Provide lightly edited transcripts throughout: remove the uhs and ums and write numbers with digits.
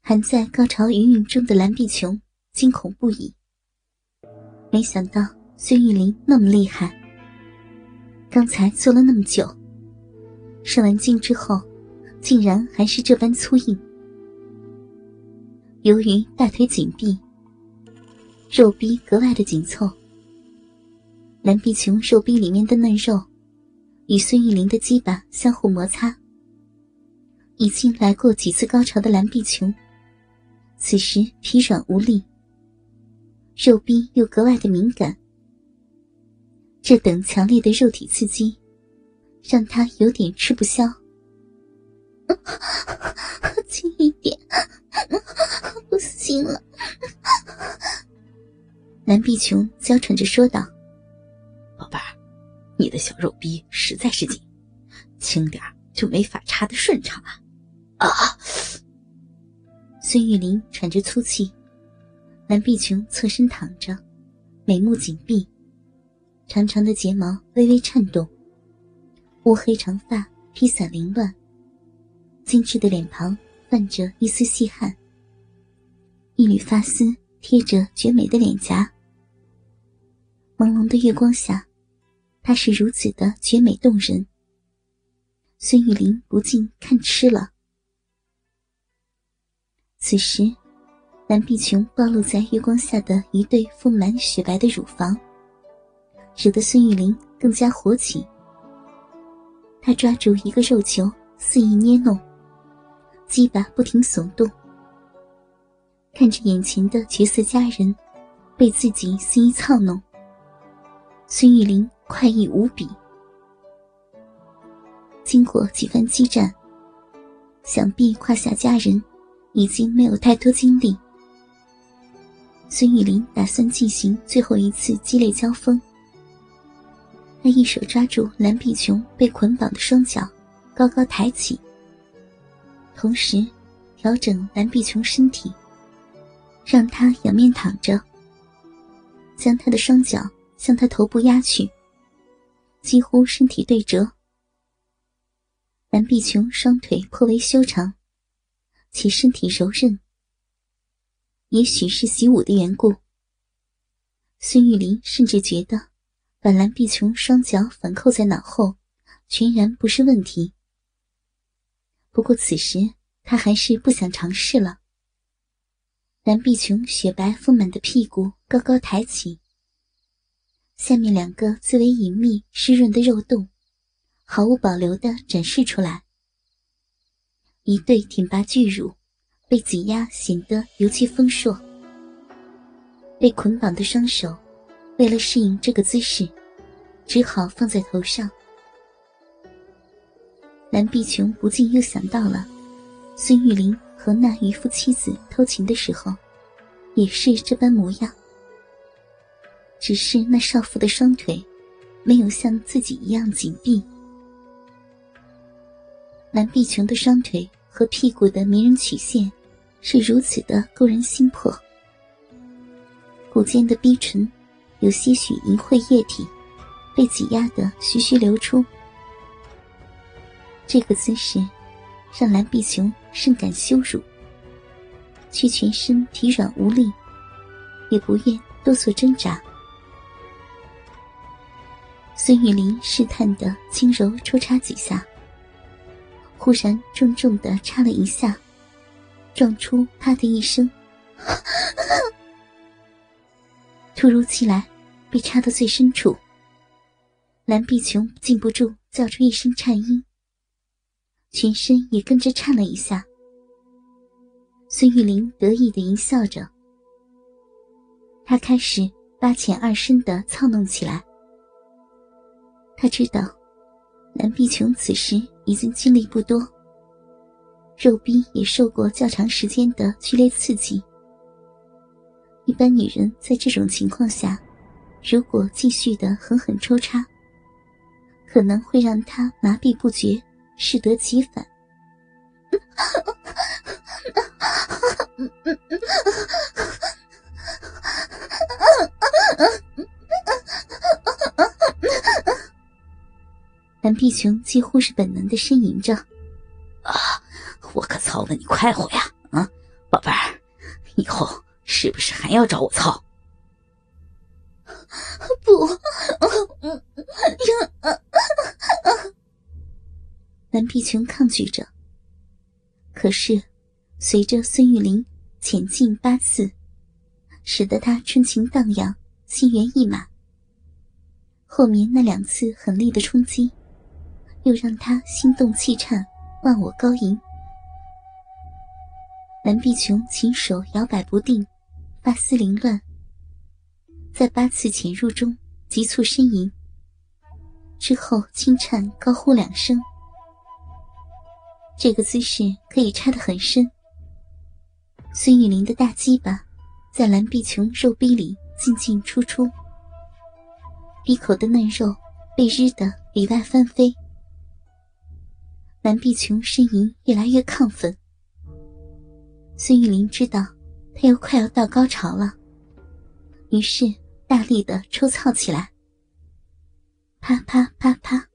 还在高潮云云中的蓝碧琼惊恐不已，没想到孙玉玲那么厉害，刚才做了那么久，上完劲之后竟然还是这般粗硬。由于大腿紧闭，肉壁格外的紧凑，蓝碧琼肉壁里面的嫩肉与孙玉玲的鸡巴相互摩擦，已经来过几次高潮的蓝碧琼此时疲软无力，肉壁又格外的敏感，这等强烈的肉体刺激让她有点吃不消。轻一点，不行了。蓝碧琼娇喘着说道： 宝贝儿，你的小肉逼实在是紧，轻点就没法插得顺畅了。啊！ 孙玉玲喘着粗气，蓝碧琼侧身躺着，眉目紧闭，长长的睫毛微微颤动，乌黑长发披散凌乱，精致的脸庞泛着一丝细汗，一缕发丝贴着绝美的脸颊。朦胧的月光下，她是如此的绝美动人，孙玉玲不禁看痴了。此时蓝碧琼暴露在月光下的一对丰满雪白的乳房，惹得孙玉玲更加火起。她抓住一个肉球肆意捏弄，鸡巴不停耸动，看着眼前的绝色佳人被自己肆意操弄，孙玉玲快意无比。经过几番激战，想必胯下佳人已经没有太多精力，孙玉玲打算进行最后一次激烈交锋。她一手抓住蓝碧琼被捆绑的双脚，高高抬起，同时调整蓝碧琼身体，让她仰面躺着，将她的双脚向她头部压去，几乎身体对折。蓝碧琼双腿颇为修长，其身体柔韧，也许是习武的缘故，孙玉玲甚至觉得把蓝碧琼双脚反扣在脑后全然不是问题。不过此时她还是不想尝试了。蓝碧琼雪白丰满的屁股高高抬起，下面两个最为隐秘湿润的肉洞毫无保留地展示出来，一对挺拔巨乳被挤压显得尤其丰硕。被捆绑的双手为了适应这个姿势，只好放在头上。蓝碧琼不禁又想到了孙玉玲和那渔夫妻子偷情的时候也是这般模样，只是那少妇的双腿没有像自己一样紧闭。蓝碧琼的双腿和屁股的迷人曲线是如此的勾人心魄，骨间的逼唇有些许淫秽液体被挤压得徐徐流出。这个姿势让蓝碧琼深感羞辱，却全身体软无力，也不愿多做挣扎。孙玉玲试探地轻柔抽插几下，忽然重重地插了一下，撞出啪的一声，突如其来被插到最深处，蓝碧琼禁不住叫出一声颤音，全身也跟着颤了一下。孙玉玲得意地淫笑着，她开始八浅二深地操弄起来。她知道蓝碧琼此时已经精力不多，肉壁也受过较长时间的剧烈刺激，一般女人在这种情况下如果继续的狠狠抽插，可能会让她麻痹不绝，适得其反。蓝碧琼几乎是本能地呻吟着： 啊，我可操了你快活呀！ 宝贝儿，以后是不是还要找我操？ 不，蓝碧琼抗拒着，可是随着孙玉玲前进8次，使得她春情荡漾，心猿意马。后面那2次狠厉的冲击，又让她心动气颤，忘我高吟。蓝碧琼琴手摇摆不定，发丝凌乱，在8次潜入中急促呻吟，之后轻颤高呼2声。这个姿势可以插得很深，孙玉玲的大鸡巴在蓝碧琼肉壁里进进出出，闭口的嫩肉被日得里外翻飞。蓝碧琼呻吟越来越亢奋，孙玉玲知道她又快要到高潮了，于是大力地抽操起来，啪啪啪啪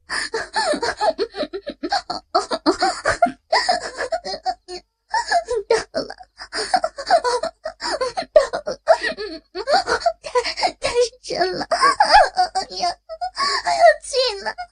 到了，太深了，要进了。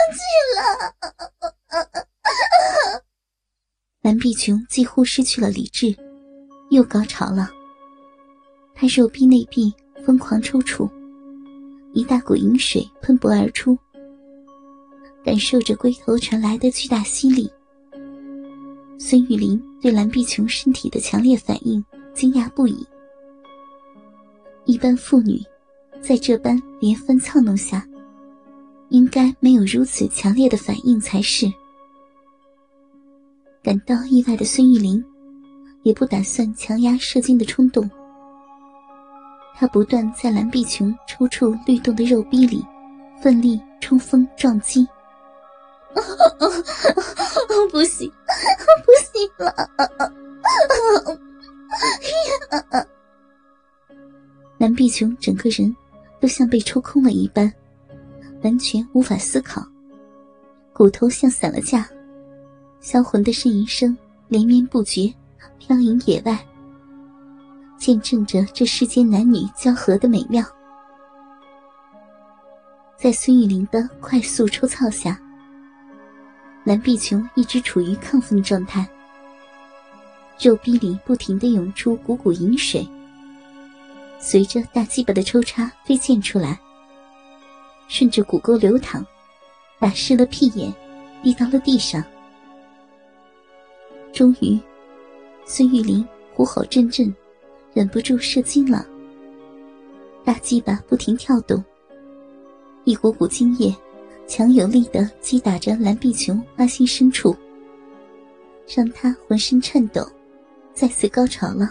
蓝碧琼几乎失去了理智，又高潮了。她肉壁内壁疯狂抽搐，一大股淫水喷薄而出，感受着龟头传来的巨大吸力。孙玉玲对蓝碧琼身体的强烈反应惊讶不已。一般妇女在这般连番操弄下，应该没有如此强烈的反应才是。感到意外的孙玉玲也不打算强压射精的冲动，她不断在蓝碧琼抽搐律动的肉壁里奋力冲锋撞击。不行了，蓝碧琼整个人都像被抽空了一般，完全无法思考，骨头像散了架，销魂的呻吟声连绵不绝，飘盈野外，见证着这世间男女交合的美妙。在孙玉玲的快速抽操下，蓝碧琼一直处于亢奋状态，肉壁里不停地涌出股股淫水，随着大鸡巴的抽插飞溅出来，顺着骨沟流淌，打湿了屁眼，滴到了地上。终于，孙玉玲虎吼阵阵，忍不住射精了。大鸡巴不停跳动，一股股精液强有力地击打着蓝碧琼花心深处，让她浑身颤抖，再次高潮了。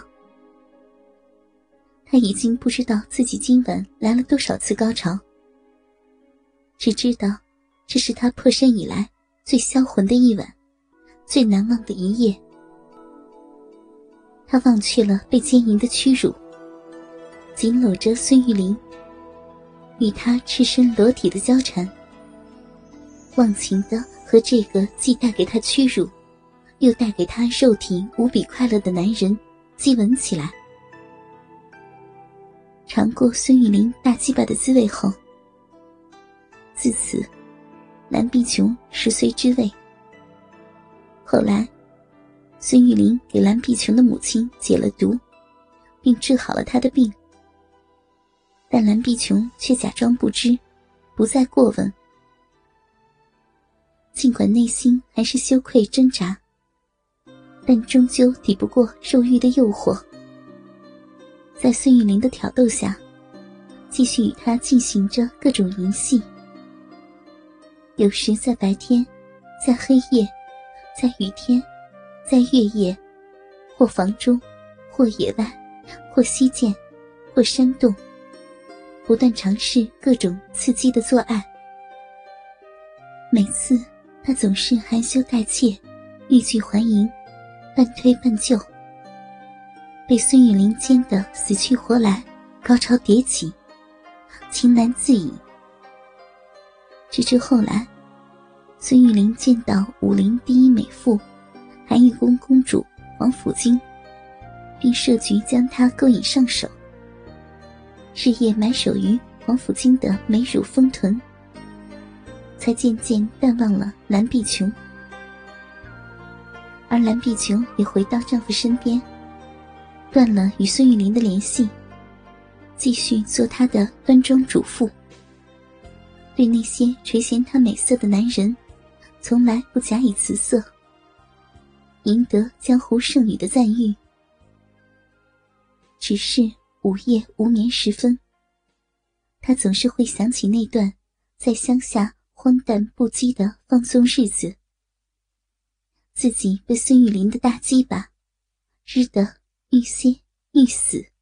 她已经不知道自己今晚来了多少次高潮，只知道这是她破身以来最销魂的一晚，最难忘的一夜。她忘却了被奸淫的屈辱，紧搂着孙玉玲，与她赤身裸体的交缠，忘情地和这个既带给她屈辱又带给她肉体无比快乐的男人激吻起来。尝过孙玉玲大鸡巴的滋味后，自此蓝碧琼食髓知味。后来孙玉玲给蓝碧琼的母亲解了毒，并治好了她的病，但蓝碧琼却假装不知，不再过问。尽管内心还是羞愧挣扎，但终究抵不过肉欲的诱惑。在孙玉玲的挑逗下，继续与她进行着各种淫戏。有时在白天，在黑夜，在雨天，在月夜，或房中，或野外，或溪涧，或山洞，不断尝试各种刺激的做爱。每次他总是含羞带怯，欲拒还迎，半推半就，被孙玉玲奸得死去活来，高潮迭起，情难自已。直至后来，孙玉玲见到武林第一美妇韩玉宫公主王府京并设局将她勾引上手，日夜埋首于王府京的美乳丰臀，才渐渐淡忘了蓝碧琼。而蓝碧琼也回到丈夫身边，断了与孙玉林的联系，继续做她的端庄主妇。对那些垂涎她美色的男人，从来不假以辞色，赢得江湖剩女的赞誉。只是午夜无眠时分，她总是会想起那段在乡下荒诞不羁的放纵日子，自己被孙玉林的大鸡巴日得欲仙欲死。